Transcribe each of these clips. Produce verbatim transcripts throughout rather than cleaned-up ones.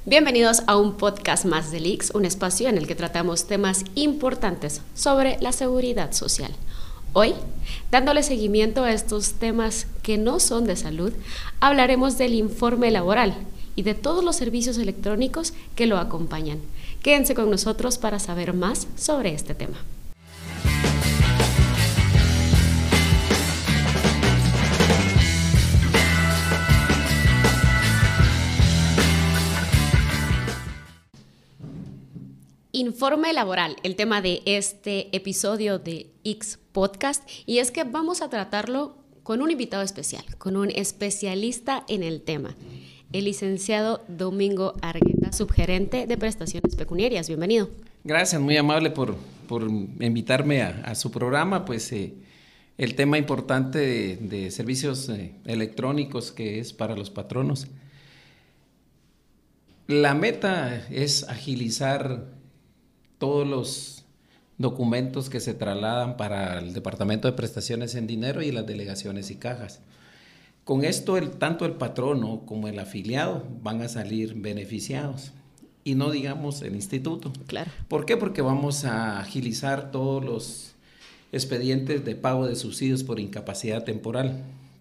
Bienvenidos a un podcast más de L I X, un espacio en el que tratamos temas importantes sobre la seguridad social. Hoy, dándole seguimiento a estos temas que no son de salud, hablaremos del informe laboral y de todos los servicios electrónicos que lo acompañan. Quédense con nosotros para saber más sobre este tema. Informe laboral, el tema de este episodio de L I X Podcast, y es que vamos a tratarlo con un invitado especial, con un especialista en el tema, el licenciado Domingo Argueta, subgerente de prestaciones pecuniarias. Bienvenido. Gracias, muy amable por, por invitarme a, a su programa. Pues eh, el tema importante de, de servicios eh, electrónicos que es para los patronos. La meta es agilizar todos los documentos que se trasladan para el Departamento de Prestaciones en Dinero y las delegaciones y cajas. Con esto, el, tanto el patrono como el afiliado van a salir beneficiados y no digamos el instituto. Claro. ¿Por qué? Porque vamos a agilizar todos los expedientes de pago de subsidios por incapacidad temporal.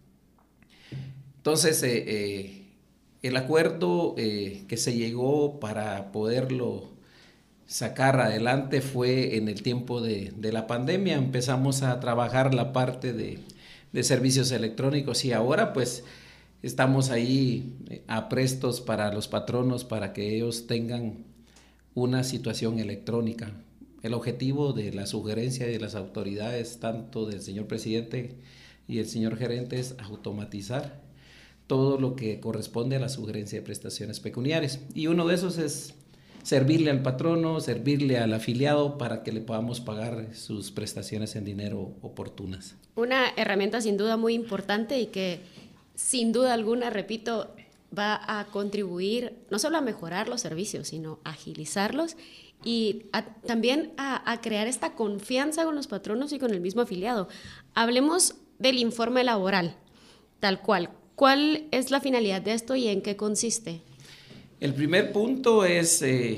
Entonces, eh, eh, el acuerdo eh, que se llegó para poderlo sacar adelante fue en el tiempo de, de la pandemia. Empezamos a trabajar la parte de, de servicios electrónicos y ahora pues estamos ahí aprestos para los patronos para que ellos tengan una situación electrónica. El objetivo de la sugerencia de las autoridades, tanto del señor presidente y el señor gerente, es automatizar todo lo que corresponde a la sugerencia de prestaciones pecuniarias. Y uno de esos es servirle al patrono, servirle al afiliado para que le podamos pagar sus prestaciones en dinero oportunas. Una herramienta sin duda muy importante y que sin duda alguna, repito, va a contribuir no solo a mejorar los servicios, sino a agilizarlos y a, también a, a crear esta confianza con los patronos y con el mismo afiliado. Hablemos del informe laboral, tal cual. ¿Cuál es la finalidad de esto y en qué consiste? El primer punto es eh,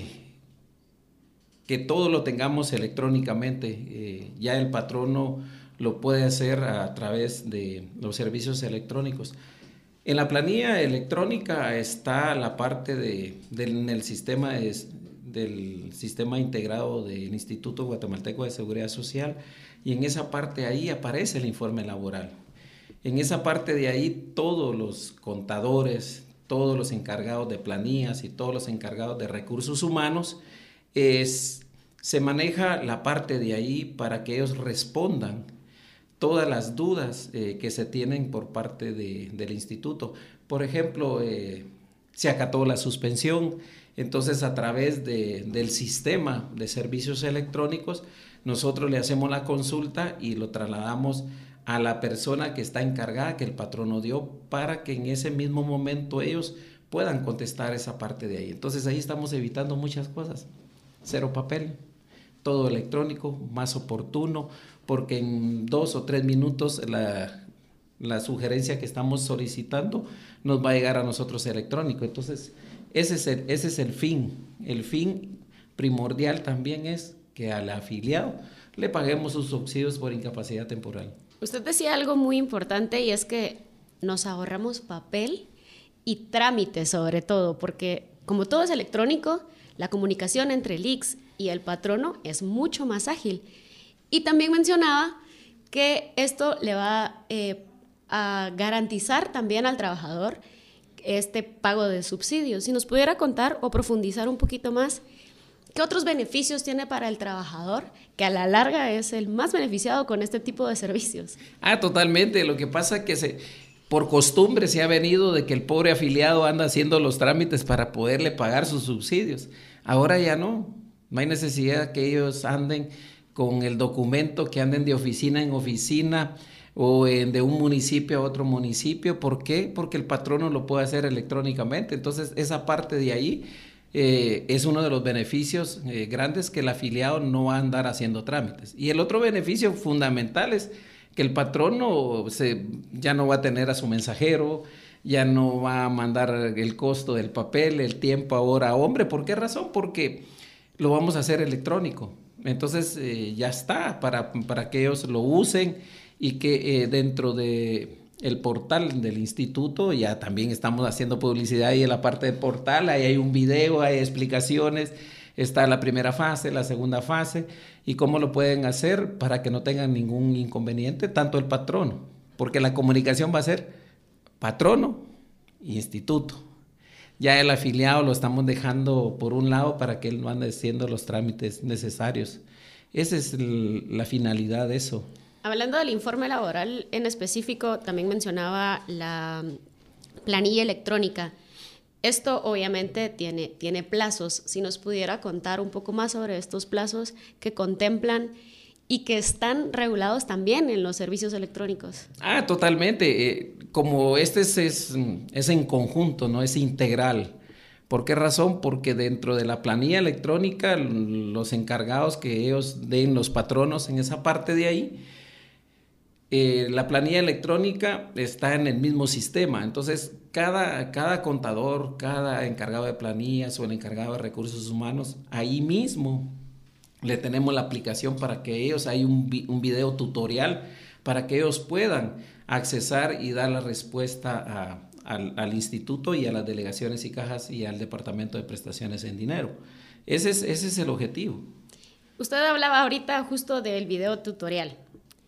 que todo lo tengamos electrónicamente. Eh, ya el patrono lo puede hacer a través de los servicios electrónicos. En la planilla electrónica está la parte de, del el sistema de, del sistema integrado del Instituto Guatemalteco de Seguridad Social, y en esa parte ahí aparece el informe laboral. En esa parte de ahí todos los contadores, todos los encargados de planillas y todos los encargados de recursos humanos, es, se maneja la parte de ahí para que ellos respondan todas las dudas eh, que se tienen por parte de, del instituto. Por ejemplo, eh, se acató la suspensión, entonces a través de, del sistema de servicios electrónicos nosotros le hacemos la consulta y lo trasladamos a la persona que está encargada, que el patrono dio, para que en ese mismo momento ellos puedan contestar esa parte de ahí. Entonces ahí estamos evitando muchas cosas. Cero papel, todo electrónico, más oportuno, porque en dos o tres minutos la, la sugerencia que estamos solicitando nos va a llegar a nosotros electrónico. Entonces ese es el, ese es el fin. El fin primordial también es que al afiliado le paguemos sus subsidios por incapacidad temporal. Usted decía algo muy importante y es que nos ahorramos papel y trámites sobre todo, porque como todo es electrónico, la comunicación entre el L I X y el patrono es mucho más ágil. Y también mencionaba que esto le va eh, a garantizar también al trabajador este pago de subsidios. Si nos pudiera contar o profundizar un poquito más, ¿qué otros beneficios tiene para el trabajador, que a la larga es el más beneficiado con este tipo de servicios? Ah, totalmente. Lo que pasa es que se, por costumbre se ha venido de que el pobre afiliado anda haciendo los trámites para poderle pagar sus subsidios. Ahora ya no. No hay necesidad que ellos anden con el documento, que anden de oficina en oficina o en, de un municipio a otro municipio. ¿Por qué? Porque el patrono lo puede hacer electrónicamente. Entonces, esa parte de ahí Eh, es uno de los beneficios eh, grandes, que el afiliado no va a andar haciendo trámites. Y el otro beneficio fundamental es que el patrono se, ya no va a tener a su mensajero, ya no va a mandar el costo del papel, el tiempo ahora a hombre. ¿Por qué razón? Porque lo vamos a hacer electrónico. Entonces eh, ya está para, para que ellos lo usen y que eh, dentro de el portal del instituto ya también estamos haciendo publicidad y en la parte del portal ahí hay un video, hay explicaciones, está la primera fase, la segunda fase y cómo lo pueden hacer para que no tengan ningún inconveniente, tanto el patrono, porque la comunicación va a ser patrono e instituto. Ya el afiliado lo estamos dejando por un lado para que él no ande haciendo los trámites necesarios. Esa es el, la finalidad de eso. Hablando del informe laboral en específico, también mencionaba la planilla electrónica. Esto obviamente tiene, tiene plazos. Si nos pudiera contar un poco más sobre estos plazos que contemplan y que están regulados también en los servicios electrónicos. Ah, totalmente. Eh, como este es, es, es en conjunto, no es integral. ¿Por qué razón? Porque dentro de la planilla electrónica, los encargados que ellos den, los patronos en esa parte de ahí, eh, la planilla electrónica está en el mismo sistema. Entonces, cada, cada contador, cada encargado de planillas o el encargado de recursos humanos, ahí mismo le tenemos la aplicación para que ellos, hay un, un video tutorial para que ellos puedan accesar y dar la respuesta a, al, al instituto y a las delegaciones y cajas y al departamento de prestaciones en dinero. Ese es, ese es el objetivo. Usted hablaba ahorita justo del video tutorial,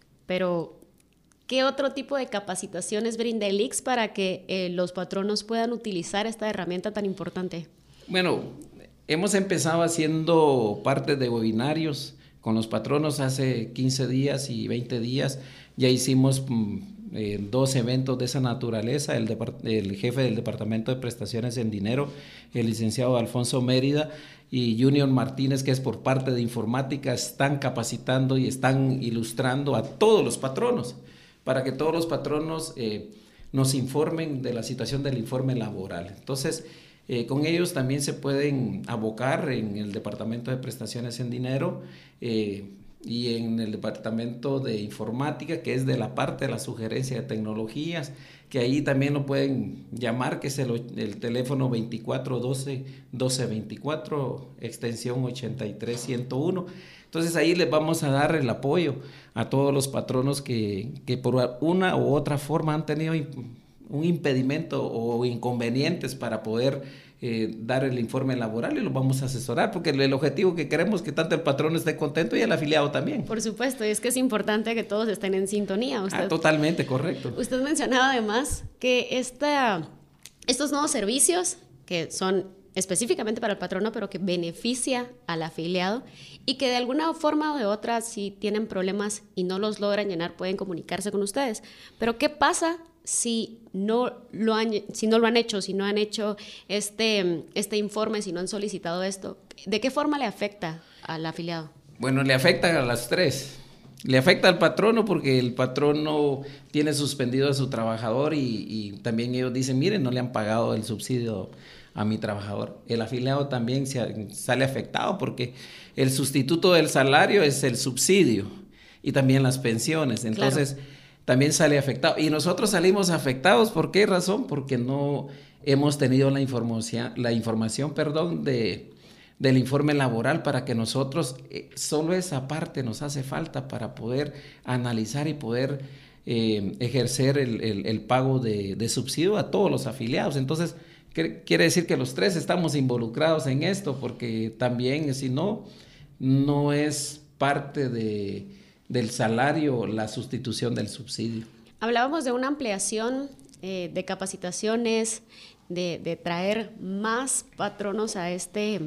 pero ¿qué otro tipo de capacitaciones brinda el I X para que eh, los patronos puedan utilizar esta herramienta tan importante? Bueno, hemos empezado haciendo parte de webinarios con los patronos hace quince días y veinte días. Ya hicimos eh, dos eventos de esa naturaleza. El, el jefe del Departamento de Prestaciones en Dinero, el licenciado Alfonso Mérida, y Junior Martínez, que es por parte de informática, están capacitando y están ilustrando a todos los patronos para que todos los patronos eh, nos informen de la situación del informe laboral. Entonces, Eh, con ellos también se pueden abocar en el Departamento de Prestaciones en Dinero eh, y en el Departamento de Informática, que es de la parte de la sugerencia de tecnologías, que ahí también lo pueden llamar, que es el, el teléfono veinticuatro doce doce veinticuatro, extensión ochenta y tres ciento uno. Entonces ahí les vamos a dar el apoyo a todos los patronos que, que por una u otra forma han tenido un impedimento o inconvenientes para poder eh, dar el informe laboral, y los vamos a asesorar, porque el, el objetivo que queremos es que tanto el patrón esté contento y el afiliado también. Por supuesto, y es que es importante que todos estén en sintonía. Usted, ah, totalmente, correcto. Usted mencionaba además que esta, estos nuevos servicios, que son específicamente para el patrono, pero que beneficia al afiliado, y que de alguna forma o de otra, si tienen problemas y no los logran llenar, pueden comunicarse con ustedes. Pero ¿qué pasa si no lo han, si no lo han hecho, si no han hecho este, este informe, si no han solicitado esto? ¿De qué forma le afecta al afiliado? Bueno, le afecta a las tres. Le afecta al patrono porque el patrono tiene suspendido a su trabajador y, y también ellos dicen, miren, no le han pagado el subsidio a mi trabajador. El afiliado también se, sale afectado porque el sustituto del salario es el subsidio y también las pensiones. Entonces, claro, también sale afectado. Y nosotros salimos afectados. ¿Por qué razón? Porque no hemos tenido la información, la información, perdón, de, del informe laboral para que nosotros, eh, solo esa parte nos hace falta para poder analizar y poder eh, ejercer el, el, el pago de, de subsidio a todos los afiliados. Entonces, quiere decir que los tres estamos involucrados en esto, porque también, si no, no es parte de, del salario la sustitución del subsidio. Hablábamos de una ampliación eh, de capacitaciones, de, de traer más patronos a este,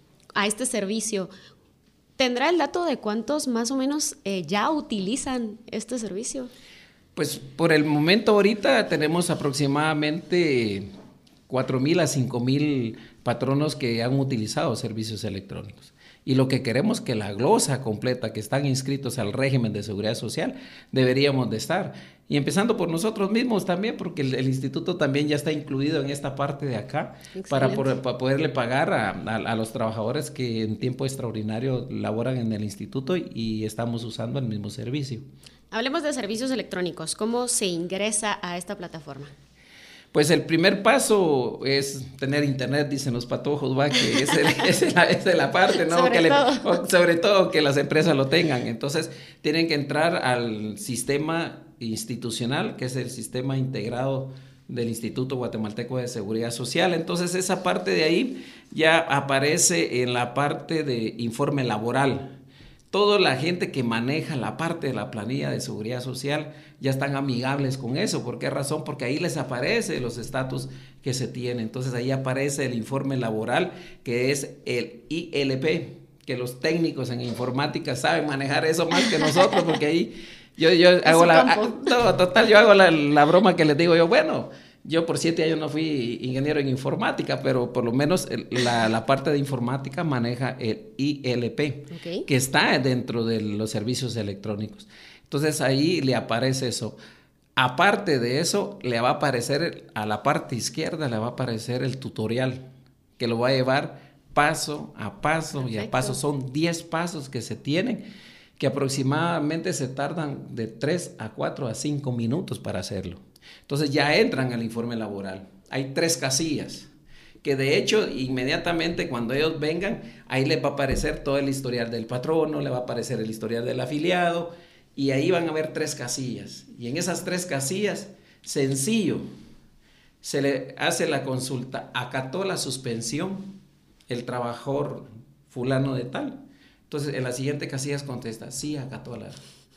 a este servicio. ¿Tendrá el dato de cuántos más o menos eh, ya utilizan este servicio? Pues por el momento ahorita tenemos aproximadamente cuatro mil a cinco mil patronos que han utilizado servicios electrónicos. Y lo que queremos que la glosa completa, que están inscritos al régimen de seguridad social, deberíamos de estar. Y empezando por nosotros mismos también, porque el, el instituto también ya está incluido en esta parte de acá, para, por, para poderle pagar a, a, a los trabajadores que en tiempo extraordinario laboran en el instituto y, y estamos usando el mismo servicio. Hablemos de servicios electrónicos. ¿Cómo se ingresa a esta plataforma? Pues el primer paso es tener internet, dicen los patojos, va, que es, el, es, la, es la parte, ¿no? Sobre que todo. Le, sobre todo que las empresas lo tengan. Entonces, tienen que entrar al sistema institucional, que es el sistema integrado del Instituto Guatemalteco de Seguridad Social. Entonces, esa parte de ahí ya aparece en la parte de informe laboral. Toda la gente que maneja la parte de la planilla de seguridad social ya están amigables con eso. ¿Por qué razón? Porque ahí les aparece los estatus que se tienen. Entonces ahí aparece el informe laboral, que es el I L P, que los técnicos en informática saben manejar eso más que nosotros, porque ahí yo, yo hago la... No, total, yo hago la, la broma que les digo yo, bueno... Yo por siete años no fui ingeniero en informática, pero por lo menos el, la, la parte de informática maneja el I L P, okay, que está dentro de los servicios electrónicos. Entonces ahí le aparece eso. Aparte de eso, le va a aparecer a la parte izquierda, le va a aparecer el tutorial, que lo va a llevar paso a paso. Perfecto. Y a paso. Son diez pasos que se tienen, que aproximadamente se tardan de tres a cuatro a cinco minutos para hacerlo. Entonces ya entran al informe laboral. Hay tres casillas, que de hecho inmediatamente cuando ellos vengan, ahí les va a aparecer todo el historial del patrono, le va a aparecer el historial del afiliado, y ahí van a ver tres casillas. Y en esas tres casillas, sencillo, se le hace la consulta, acató la suspensión el trabajador fulano de tal. Entonces en las siguientes casillas contesta, sí, acató la,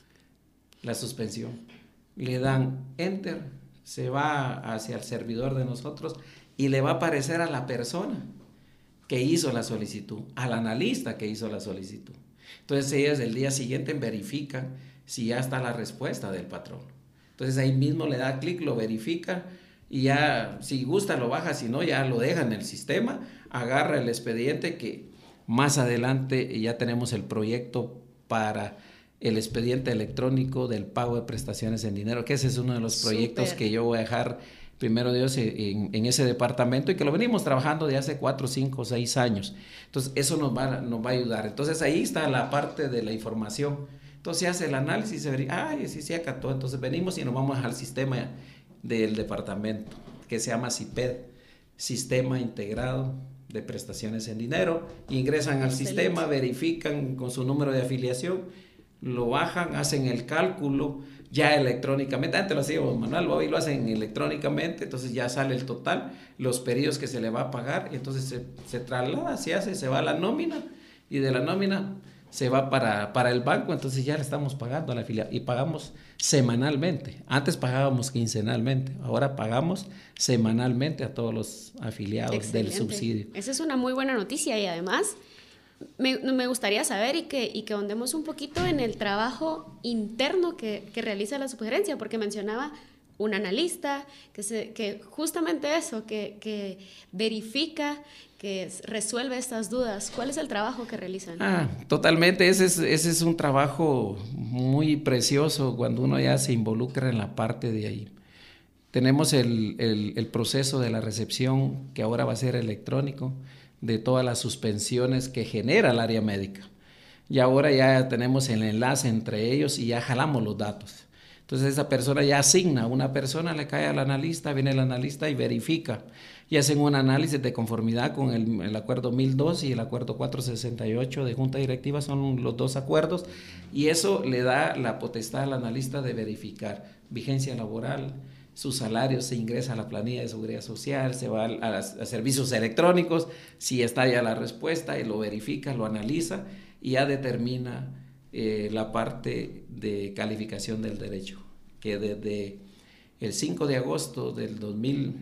la suspensión. Le dan enter, se va hacia el servidor de nosotros y le va a aparecer a la persona que hizo la solicitud, al analista que hizo la solicitud. Entonces ellos el día siguiente verifican si ya está la respuesta del patrón. Entonces ahí mismo le da clic, lo verifica y ya si gusta lo baja, si no ya lo deja en el sistema, agarra el expediente que más adelante ya tenemos el proyecto para el expediente electrónico del pago de prestaciones en dinero, que ese es uno de los proyectos Super. Que yo voy a dejar, primero Dios, en, en ese departamento y que lo venimos trabajando de hace cuatro, cinco, seis años. Entonces, eso nos va, nos va a ayudar. Entonces, ahí está la parte de la información. Entonces, se hace el análisis, se ve, ay, sí, sí, acató. Entonces, venimos y nos vamos al sistema del departamento, que se llama CIPED, Sistema Integrado de Prestaciones en Dinero. Ingresan al Excelente. Sistema, verifican con su número de afiliación, lo bajan, hacen el cálculo ya electrónicamente. Antes lo hacíamos manual, hoy lo hacen electrónicamente, entonces ya sale el total, los periodos que se le va a pagar, y entonces se, se traslada, se hace, se va a la nómina, y de la nómina se va para, para el banco, entonces ya le estamos pagando a la afiliada, y pagamos semanalmente. Antes pagábamos quincenalmente, ahora pagamos semanalmente a todos los afiliados. Excelente. Del subsidio. Esa es una muy buena noticia, y además Me, me gustaría saber y que, y que ahondemos un poquito en el trabajo interno que, que realiza la subgerencia, porque mencionaba un analista que, se, que justamente eso, que, que verifica, que resuelve estas dudas. ¿Cuál es el trabajo que realizan? Ah, totalmente, ese es, ese es un trabajo muy precioso cuando uno ya se involucra en la parte de ahí. Tenemos el, el, el proceso de la recepción, que ahora va a ser electrónico, de todas las suspensiones que genera el área médica. Y ahora ya tenemos el enlace entre ellos y ya jalamos los datos. Entonces esa persona ya asigna, una persona le cae al analista, viene el analista y verifica. Y hacen un análisis de conformidad con el, el acuerdo mil dos y el acuerdo cuatrocientos sesenta y ocho de Junta Directiva, son los dos acuerdos. Y eso le da la potestad al analista de verificar vigencia laboral, su salario, se ingresa a la planilla de seguridad social, se va a, a, las, a servicios electrónicos, si está ya la respuesta, y lo verifica, lo analiza y ya determina eh, la parte de calificación del derecho, que desde el cinco de agosto del dos mil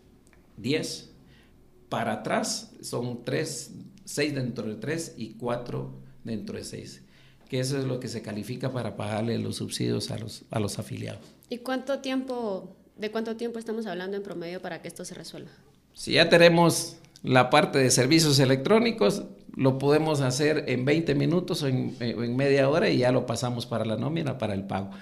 diez para atrás son tres, seis dentro de tres y cuatro dentro de seis, que eso es lo que se califica para pagarle los subsidios a los, a los afiliados. ¿Y cuánto tiempo... ¿De cuánto tiempo estamos hablando en promedio para que esto se resuelva? Si ya tenemos la parte de servicios electrónicos, lo podemos hacer en veinte minutos o en, en media hora y ya lo pasamos para la nómina, para el pago.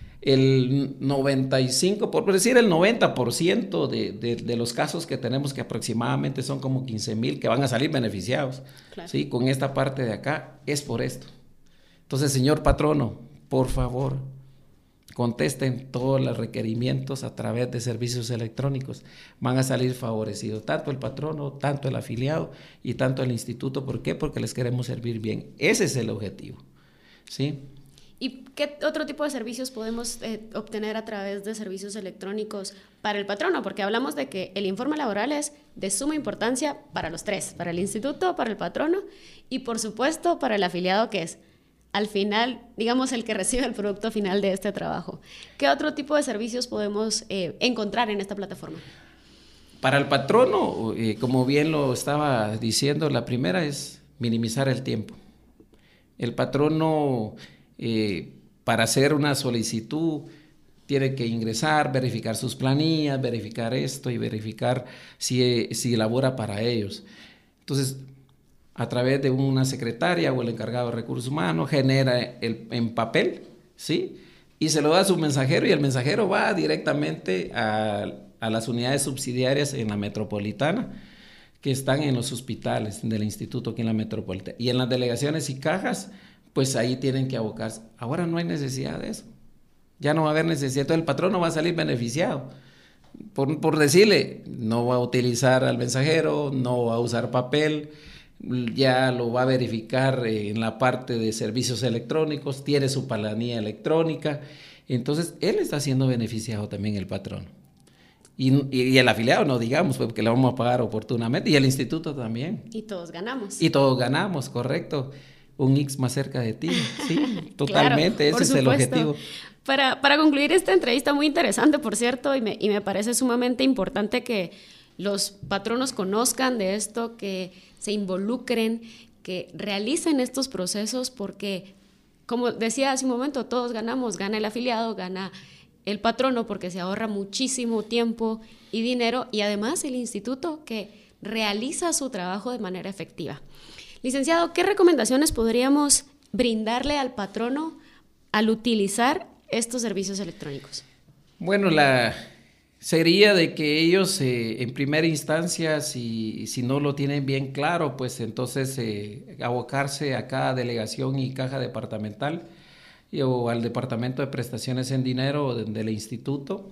El noventa y cinco, por decir el noventa por ciento de, de, de los casos que tenemos, que aproximadamente son como quince mil, que van a salir beneficiados, claro. ¿Sí? Con esta parte de acá, es por esto. Entonces, señor patrono, por favor, contesten todos los requerimientos a través de servicios electrónicos. Van a salir favorecidos tanto el patrono, tanto el afiliado y tanto el instituto. ¿Por qué? Porque les queremos servir bien. Ese es el objetivo, ¿sí? ¿Y qué otro tipo de servicios podemos eh, obtener a través de servicios electrónicos para el patrono? Porque hablamos de que el informe laboral es de suma importancia para los tres, para el instituto, para el patrono y por supuesto para el afiliado, que es al final, digamos, el que recibe el producto final de este trabajo. ¿Qué otro tipo de servicios podemos eh, encontrar en esta plataforma? Para el patrono, eh, como bien lo estaba diciendo, la primera es minimizar el tiempo. El patrono... Eh, para hacer una solicitud tiene que ingresar, verificar sus planillas, verificar esto y verificar si, si elabora para ellos. Entonces, a través de una secretaria o el encargado de recursos humanos, genera el, en papel, ¿sí? Y se lo da a su mensajero y el mensajero va directamente a, a las unidades subsidiarias en la metropolitana, que están en los hospitales del instituto aquí en la metropolitana. Y en las delegaciones y cajas, pues ahí tienen que abocarse. Ahora no hay necesidad de eso. Ya no va a haber necesidad. Entonces el patrono va a salir beneficiado. Por, por decirle, no va a utilizar al mensajero, no va a usar papel, ya lo va a verificar en la parte de servicios electrónicos, tiene su planilla electrónica. Entonces él está siendo beneficiado también, el patrono. Y, y, y el afiliado, no digamos, porque le vamos a pagar oportunamente. Y el instituto también. Y todos ganamos. Y todos ganamos, correcto. Un I C S más cerca de ti, sí, totalmente, claro, ese es el objetivo. Para, para concluir esta entrevista muy interesante, por cierto, y me, y me parece sumamente importante que los patronos conozcan de esto, que se involucren, que realicen estos procesos, porque, como decía hace un momento, todos ganamos, gana el afiliado, gana el patrono, porque se ahorra muchísimo tiempo y dinero, y además el instituto que realiza su trabajo de manera efectiva. Licenciado, ¿qué recomendaciones podríamos brindarle al patrono al utilizar estos servicios electrónicos? Bueno, la sería de que ellos eh, en primera instancia, si, si no lo tienen bien claro, pues entonces eh, abocarse a cada delegación y caja departamental y, o al departamento de prestaciones en dinero de, del instituto.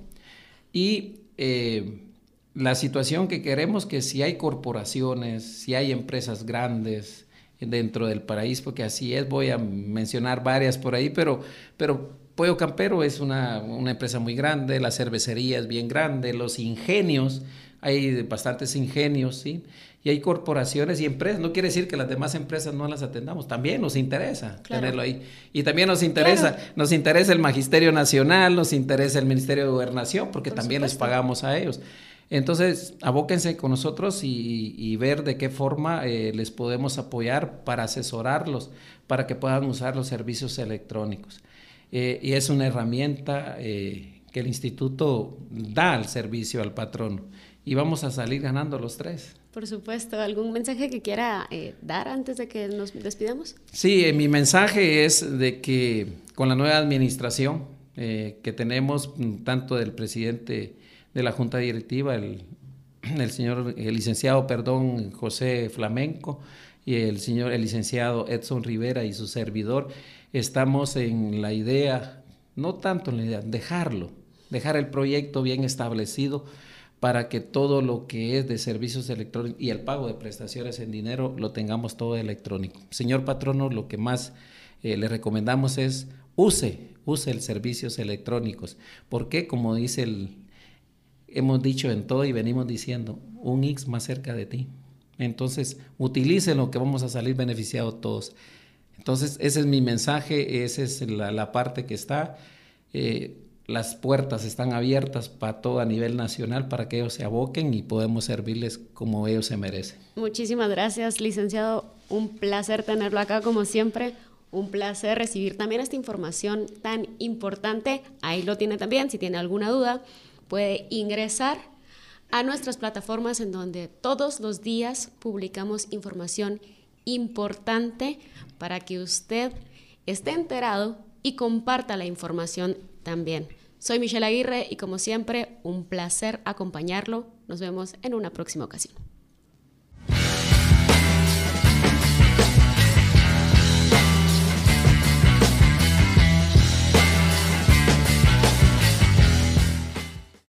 Y eh, la situación que queremos, que si hay corporaciones, si hay empresas grandes dentro del país, porque así es, voy a mencionar varias por ahí, pero, pero Pollo Campero es una, una empresa muy grande, la cervecería es bien grande, los ingenios, hay bastantes ingenios, ¿sí? Y hay corporaciones y empresas, no quiere decir que las demás empresas no las atendamos, también nos interesa claro. tenerlo ahí. Y también nos interesa, claro. nos interesa el Magisterio Nacional, nos interesa el Ministerio de Gobernación, porque por también supuesto. les pagamos a ellos. Entonces, abóquense con nosotros y, y ver de qué forma eh, les podemos apoyar para asesorarlos, para que puedan usar los servicios electrónicos. Eh, y es una herramienta eh, que el instituto da al servicio al patrono y vamos a salir ganando los tres. Por supuesto. ¿Algún mensaje que quiera eh, dar antes de que nos despidamos? Sí, eh, mi mensaje es de que con la nueva administración eh, que tenemos, tanto del presidente de la Junta Directiva, el, el señor, el licenciado, perdón, José Flamenco, y el señor, el licenciado Edson Rivera y su servidor, estamos en la idea, no tanto en la idea, dejarlo, dejar el proyecto bien establecido para que todo lo que es de servicios electrónicos y el pago de prestaciones en dinero lo tengamos todo electrónico. Señor patrono, lo que más eh, le recomendamos es use, use los servicios electrónicos, porque como dice el, hemos dicho en todo y venimos diciendo, un I C S más cerca de ti. Entonces, utilícenlo que vamos a salir beneficiados todos. Entonces, ese es mi mensaje, esa es la, la parte que está. Eh, las puertas están abiertas para todo a nivel nacional para que ellos se aboquen y podemos servirles como ellos se merecen. Muchísimas gracias, licenciado. Un placer tenerlo acá como siempre. Un placer recibir también esta información tan importante. Ahí lo tiene también. Si tiene alguna duda, puede ingresar a nuestras plataformas en donde todos los días publicamos información importante para que usted esté enterado y comparta la información también. Soy Michelle Aguirre y como siempre, un placer acompañarlo. Nos vemos en una próxima ocasión.